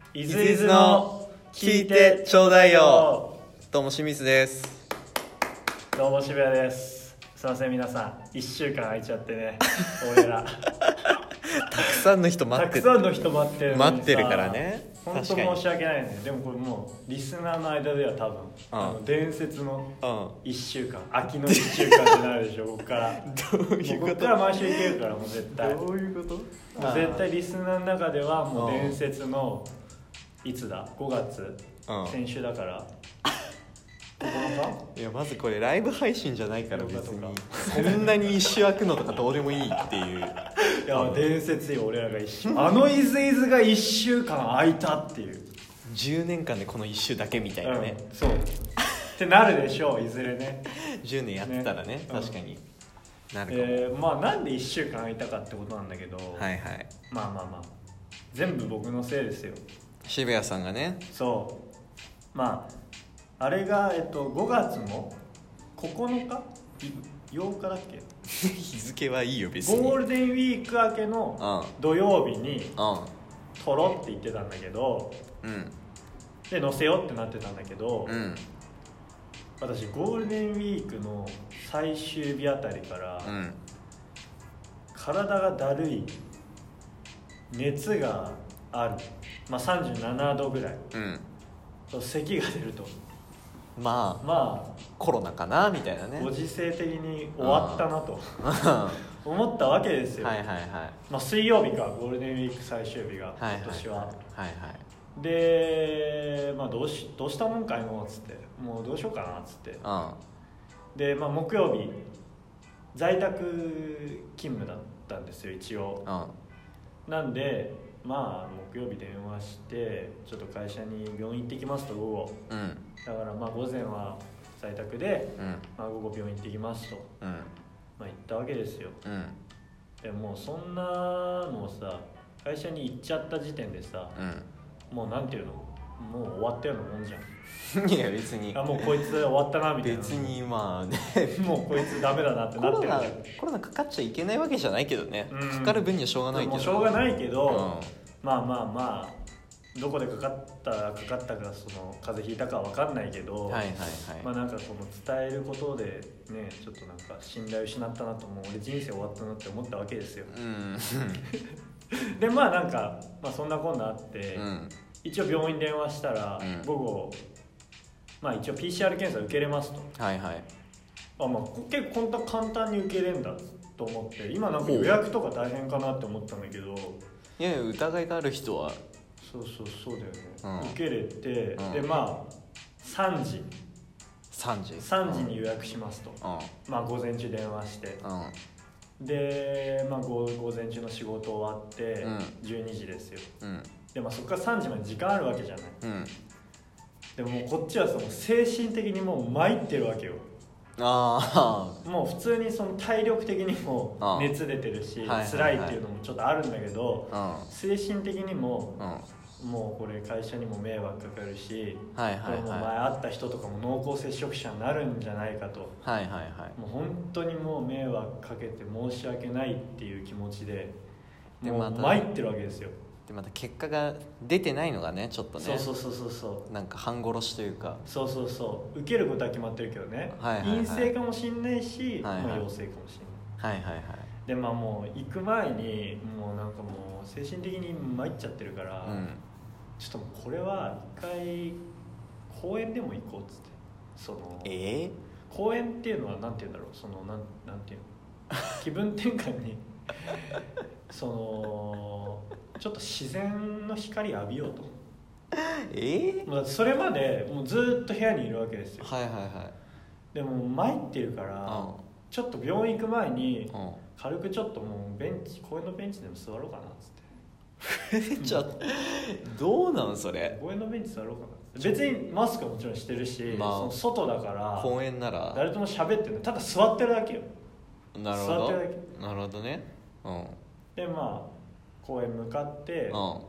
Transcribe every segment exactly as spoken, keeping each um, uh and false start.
イズイズの聞いてちょうだいよ。 どうも清水です。 どうも渋谷です。すいません皆さん、いっしゅうかん空いちゃってね俺らたくさんの人待ってたくさんの人待ってるのにさ待ってるからね。 本当申し訳ないね。でもこれもうリスナーの間では多分、うん、あの伝説のいっしゅうかん、うん、秋のいっしゅうかんってなるでしょここからどういうこと？ ここから毎週いけるからもう絶対。 どういうこと？ もう絶対リスナーの中ではもう伝説のいつだごがつ、うん、先週だからここのか。 いやまずこれライブ配信じゃないから別にそんなに一周空くのとかどうでもいいっていういや伝説よ。俺らが一周あのイズイズがいっしゅうかん空いたっていうじゅうねんかんでこのいっ週だけみたいなね、 うん、そうってなるでしょういずれね。 じゅうねんやってたら ね, ね確かに、うん、なるかも、 えー、まあなんでいっしゅうかん空いたかってことなんだけど、 はいはい、 まあまあまあ全部僕のせいですよ。 渋谷さんがね。 そうまああれが、えっと、ごがつのここのかようかだっけ日付はいいよ別に。 ゴールデンウィーク明けの土曜日に撮ろうって言ってたんだけど、 うん、 で載せようってなってたんだけど、 うん、 私ゴールデンウィークの最終日あたりから、うん、体がだるい、熱がある、まあ、さんじゅうななどぐらい、うん、咳が出るとまあまあコロナかなみたいなね。 ご時世的に終わったなと思ったわけですよ。 はいはいはい。 まあ、水曜日かゴールデンウィーク最終日が今年は。はいはい。 で、まあ、どうしどうしたもんかいのっつってもうどうしようかなっつって、うん、で、まあ、木曜日在宅勤務だったんですよ一応、うん、なんでまあ木曜日電話してちょっと会社に病院行ってきますと午後、うん、だからまあ午前は在宅で、うんまあ、午後病院行ってきますと、うんまあ、行ったわけですよ、うん、でもうそんなのをさ会社に行っちゃった時点でさ、うんもうなんていうのもう終わったようなもんじゃん。いや別にあもうこいつ終わったなみたいな。 別にまあねもうこいつダメだなってなってる。コロナコロナかかっちゃいけないわけじゃないけどね、うん、かかる分にはしょうがないけど。 もうしょうがないけど、うん、まあまあまあどこでかかったかかったかその風邪ひいたかは分かんないけど、はいはいはい、まあなんかこの伝えることでねちょっとなんか信頼失ったなともう俺人生終わったなって思ったわけですよ。うんでまあなんか、まあ、そんなこんなあって、うん、一応病院電話したら、うん、午後まあ一応 ピーシーアール 検査受けれますと。はいはい。あまあ結構こんな簡単に受けれんだと思って今なんか予約とか大変かなって思ったんだけど。 いやいや疑いがある人はそうそうそうだよね、うん、受けれて、うん、でまあさんじさんじさんじに予約しますと、うん、まあ午前中電話して、うん、で、まあ、午, 午前中の仕事終わって、うん、じゅうにじですよ、うん、で、まあ、そこからさんじまで時間あるわけじゃない、うん、でももうこっちはその精神的にもう参ってるわけよ。あもう普通にその体力的にも熱出てるし辛いっていうのもちょっとあるんだけど、精神的にももうこれ会社にも迷惑かかるし、はいはいはい、これも前会った人とかも濃厚接触者になるんじゃないかと、はいはいはい、もう本当にもう迷惑かけて申し訳ないっていう気持ちでもう参ってるわけですよ。 でまた結果が出てないのがねちょっとねそうそうそうそうそうなんか半殺しというかそうそうそう受けることは決まってるけどね、はいはいはい、陰性かもしんないし、はいはいまあ、陽性かもしんない、はいはいはい、でまあもう行く前にもうなんかもう精神的に参っちゃってるから、うん、ちょっともうこれは一回公園でも行こうっつってその、えー、公園っていうのはなんて言うんだろうそのなんなんていうの気分転換にそのちょっと自然の光浴びようと。えー、それまでもうずっと部屋にいるわけですよ。はいはいはい。でも参ってるから、うん、ちょっと病院行く前に、うん、軽くちょっともうベンチ公園のベンチでも座ろうかなっつって。 ちょっとどうなんそれ。 公園のベンチ座ろうかな。別にマスクはもちろんしてるし、まあ、その外だから公園なら誰とも喋ってない。ただ座ってるだけよ。 なるほど。座ってるだけ。なるほどね。うん。 でまあ公園向かって、うん、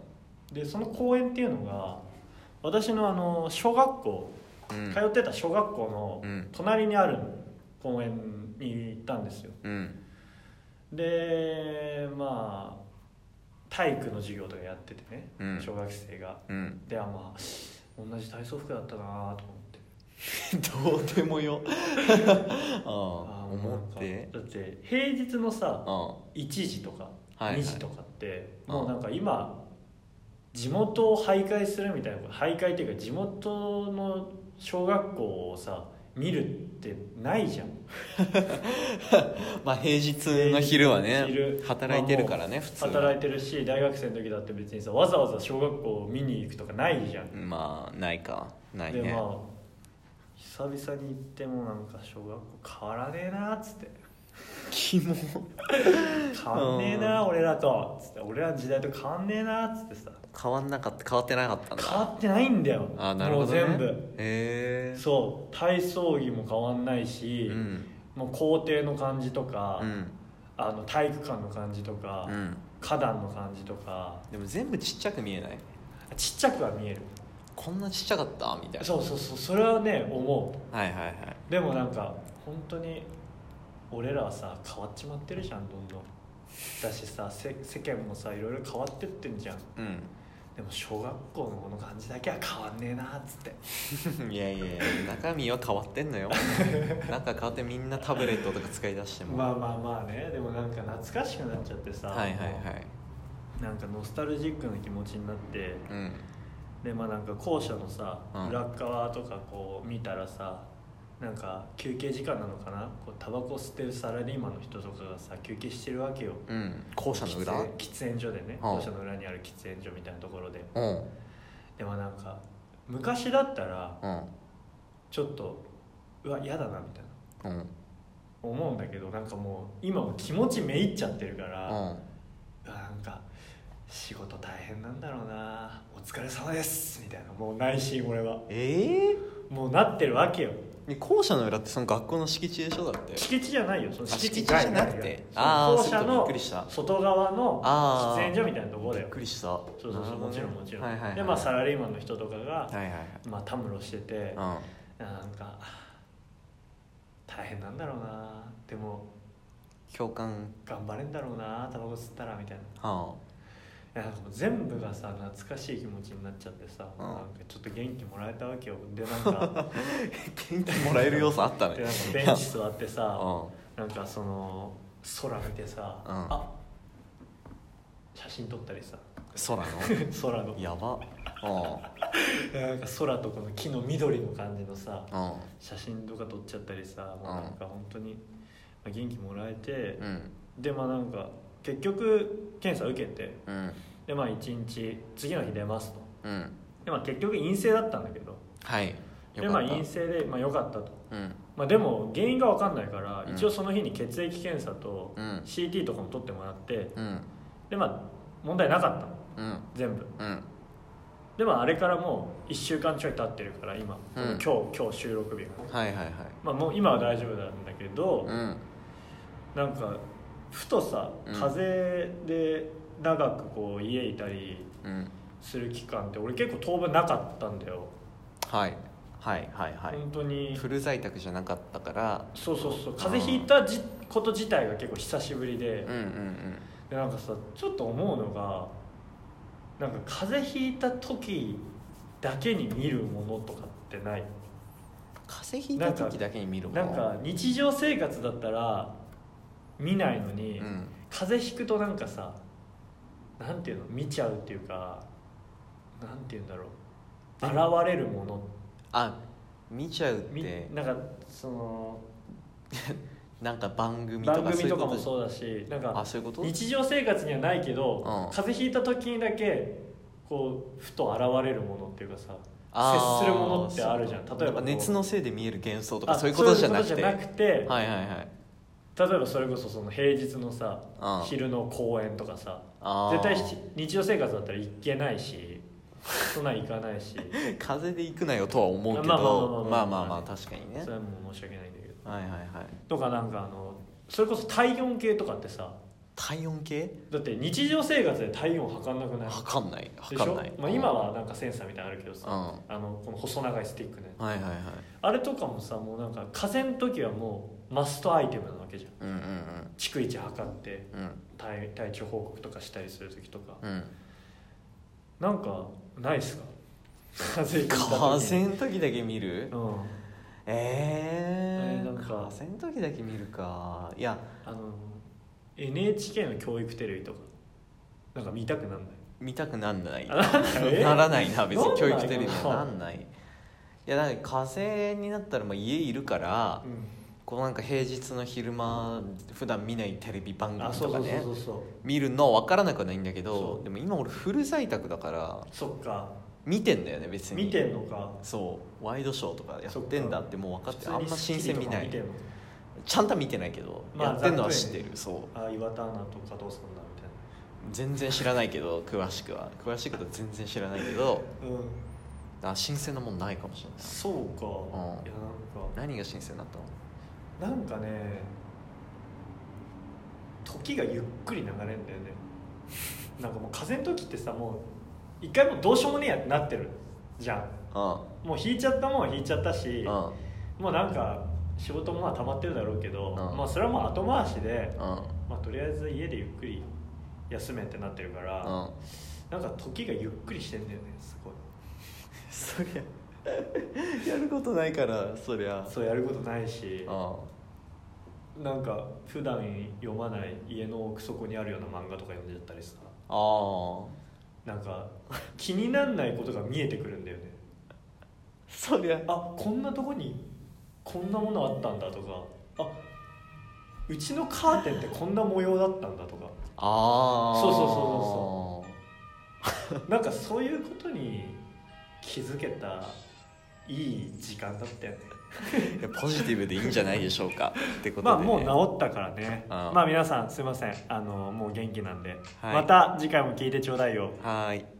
でその公園っていうのが私のあの小学校、うん、通ってた小学校の隣にある公園に行ったんですよ、うん、でまあ体育の授業とかやっててね、 うん、 小学生が、 うん、 で、あ、まあ同じ体操服だったなと思ってどうでもよああ思ってだって平日のさいちじとかにじとかって、はいはい、もうなんか今地元を徘徊するみたいな徘徊っていうか地元の小学校をさ見るってないじゃんまあ平日の昼はね働いてるからね、まあ、普通働いてるし大学生の時だって別にさわざわざ小学校を見に行くとかないじゃん。 まあないかないね。 でまあ久々に行ってもなんか小学校変わらねえなっつってキモ変わんねえな俺らとつって俺らの時代と変わんねえなっつってさ変わんなかった変わってなかったんだ。 変わってないんだよ。 あ、なるほどね、 もう全部へえ。 そう体操着も変わんないし、うん、もう校庭の感じとか、うん、あの体育館の感じとか、うん、花壇の感じとか。 でも全部ちっちゃく見えない？ ちっちゃくは見える。 こんなちっちゃかったみたいな。 そうそうそうそれはね思う。はいはいはい。 でもなんか本当に俺らはさ変わっちまってるじゃんどんどんだしさ世間もさいろいろ変わってってんじゃん、うん、でも小学校のこの感じだけは変わんねえなっつっていやいや中身は変わってんのよ中変わってみんなタブレットとか使い出してもまあまあまあね。でもなんか懐かしくなっちゃってさ、 はいはいはい、 なんかノスタルジックな気持ちになって、うん、でまあなんか校舎のさ、うん、裏側とかこう見たらさなんか休憩時間なのかなこうタバコ吸ってるサラリーマンの人とかがさ休憩してるわけよ、 うん、校舎の裏喫煙所でね、校舎の裏にある喫煙所みたいなところで、うん、でもなんか昔だったら、うん、ちょっとうわ嫌だなみたいな、うん、思うんだけどなんかもう今も気持ちめいっちゃってるから、うん、なんか仕事大変なんだろうなお疲れ様ですみたいなもう内心俺はええー、 もうなってるわけよ。 校舎の裏ってその学校の敷地でしょだって。 敷地じゃないよその敷地じゃなくて校舎の外側の喫煙所みたいなところだよ。 びっくりした。 そうそうそう、ね、もちろんもちろん、はいはいはい、でまあサラリーマンの人とかが、はいはいはい、まあたむろしてて、うん、なんか大変なんだろうなでも共感頑張れんだろうなタバコ吸ったらみたいな、はあいやなんかもう全部がさ懐かしい気持ちになっちゃってさ、うん、なんかちょっと元気もらえたわけよ。でなんか元気もらえる要素あったね。 でなんかベンチ座ってさ、うん、なんかその空見てさ、うん、あ写真撮ったりさ空の空のやばなんか空とこの木の緑の感じのさ、うん、写真とか撮っちゃったりさ、もうなんか本当に元気もらえて、うん、でまあなんか結局検査受けて、うん、でまあいちにち次の日出ますと、うん、でまあ結局陰性だったんだけど、 はいでまあ陰性でまあ良かったと、うんまあ、でも原因が分かんないから、うん、一応その日に血液検査と シーティー とかも取ってもらって、うん、でまあ問題なかったの、うん、全部、うん、でまああれからもういっしゅうかんちょい経ってるから今、うん、今日今日収録日が、 はいはいはい、まあ、 もう今は大丈夫なんだけど、うん、なんかふとさ風邪で長くこう家いたりする期間って俺結構当分なかったんだよ、 はいはいはいはい本当にフル在宅じゃなかったからそうそうそう風邪ひいたじこと自体が結構久しぶりで、うんうんうん、でなんかさちょっと思うのがなんか風邪ひいた時だけに見るものとかってない？ 風邪ひいた時だけに見るものなんか日常生活だったら見ないのに、うん、風邪ひくとなんかさなんていうの見ちゃうっていうかなんていうんだろう現れるものあ見ちゃうってなんかそのなんか番組とか番組とかもそうだしなんかあそういうこと日常生活にはないけど、うん、風邪ひいた時にだけこうふと現れるものっていうかさ接するものってあるじゃん。例えば熱のせいで見える幻想とかそういうことじゃなくてそういうことじゃなくて、はいはいはい、例えばそれこそその平日のさ、うん、昼の公園とかさ絶対日常生活だったら行けないしそんなん行かないし風邪で行くなよとは思うけどまあまあまあまあまあ確かにねそれはもう申し訳ないんだけどはいはいはいとかなんかあのそれこそ体温計とかってさ体温計だって日常生活で体温測んなくない？ 測んない測んない、 まあ、今はなんかセンサーみたいなのあるけどさ、 うん、 あのこの細長いスティックね、 はいはいはい、 あれとかもさもうなんか風邪の時はもうマストアイテムなわけじゃん、 うんうんうん、 逐一測って、 うん、 体, 体調報告とかしたりする時とか、 うん、 なんかないっすか？風邪の時だけ見る、 うん、 えー、 なんか風邪の時だけ見るか。いやあの エヌエイチケー の教育テレビとかなんか見たくなんない？ 見たくなんないならないな別に教育テレビはなんない。いやなんか風邪になったらまあ家いるから、うん、こうなんか平日の昼間普段見ないテレビ番組とかね見るの分からなくはないんだけど、でも今俺フル在宅だからそっか見てんだよね別に。 見てんのか。 そうワイドショーとかやってんだってもう分かってあんま新鮮見ない。 見てんのちゃんと見てないけど、まあ、やってんのは知ってる。そうあ岩田アナと加藤さんだみたいな全然知らないけど詳しくは詳しいことは全然知らないけど、うん、あ新鮮なもんないかもしれない。 そうか、うん、いやなんか何が新鮮だったの？なんかね時がゆっくり流れるんだよねなんかもう風邪の時ってさもう一回もうどうしようもねえやってなってるじゃん、うん、もう引いちゃったもんは引いちゃったし、うん、もうなんか仕事もまあ溜まってるだろうけど、うん、まあそれはもう後回しで、うん、まあとりあえず家でゆっくり休めってなってるから、うん、なんか時がゆっくりしてんだよねすごいそりゃやることないからそりゃそうやることないし、うん、なんか普段読まない家の奥底にあるような漫画とか読んじゃったりさあなんか気になんないことが見えてくるんだよねそりゃあこんなとこにこんなものあったんだとかあうちのカーテンってこんな模様だったんだとかああそうそうそうそうそうなんかそういうことに気づけたいい時間だったよねいやポジティブでいいんじゃないでしょうかってことで、ね、 まあもう治ったからね、うん、まあ皆さんすいませんあのもう元気なんで、はい、また次回も聞いてちょうだいよ。 はい。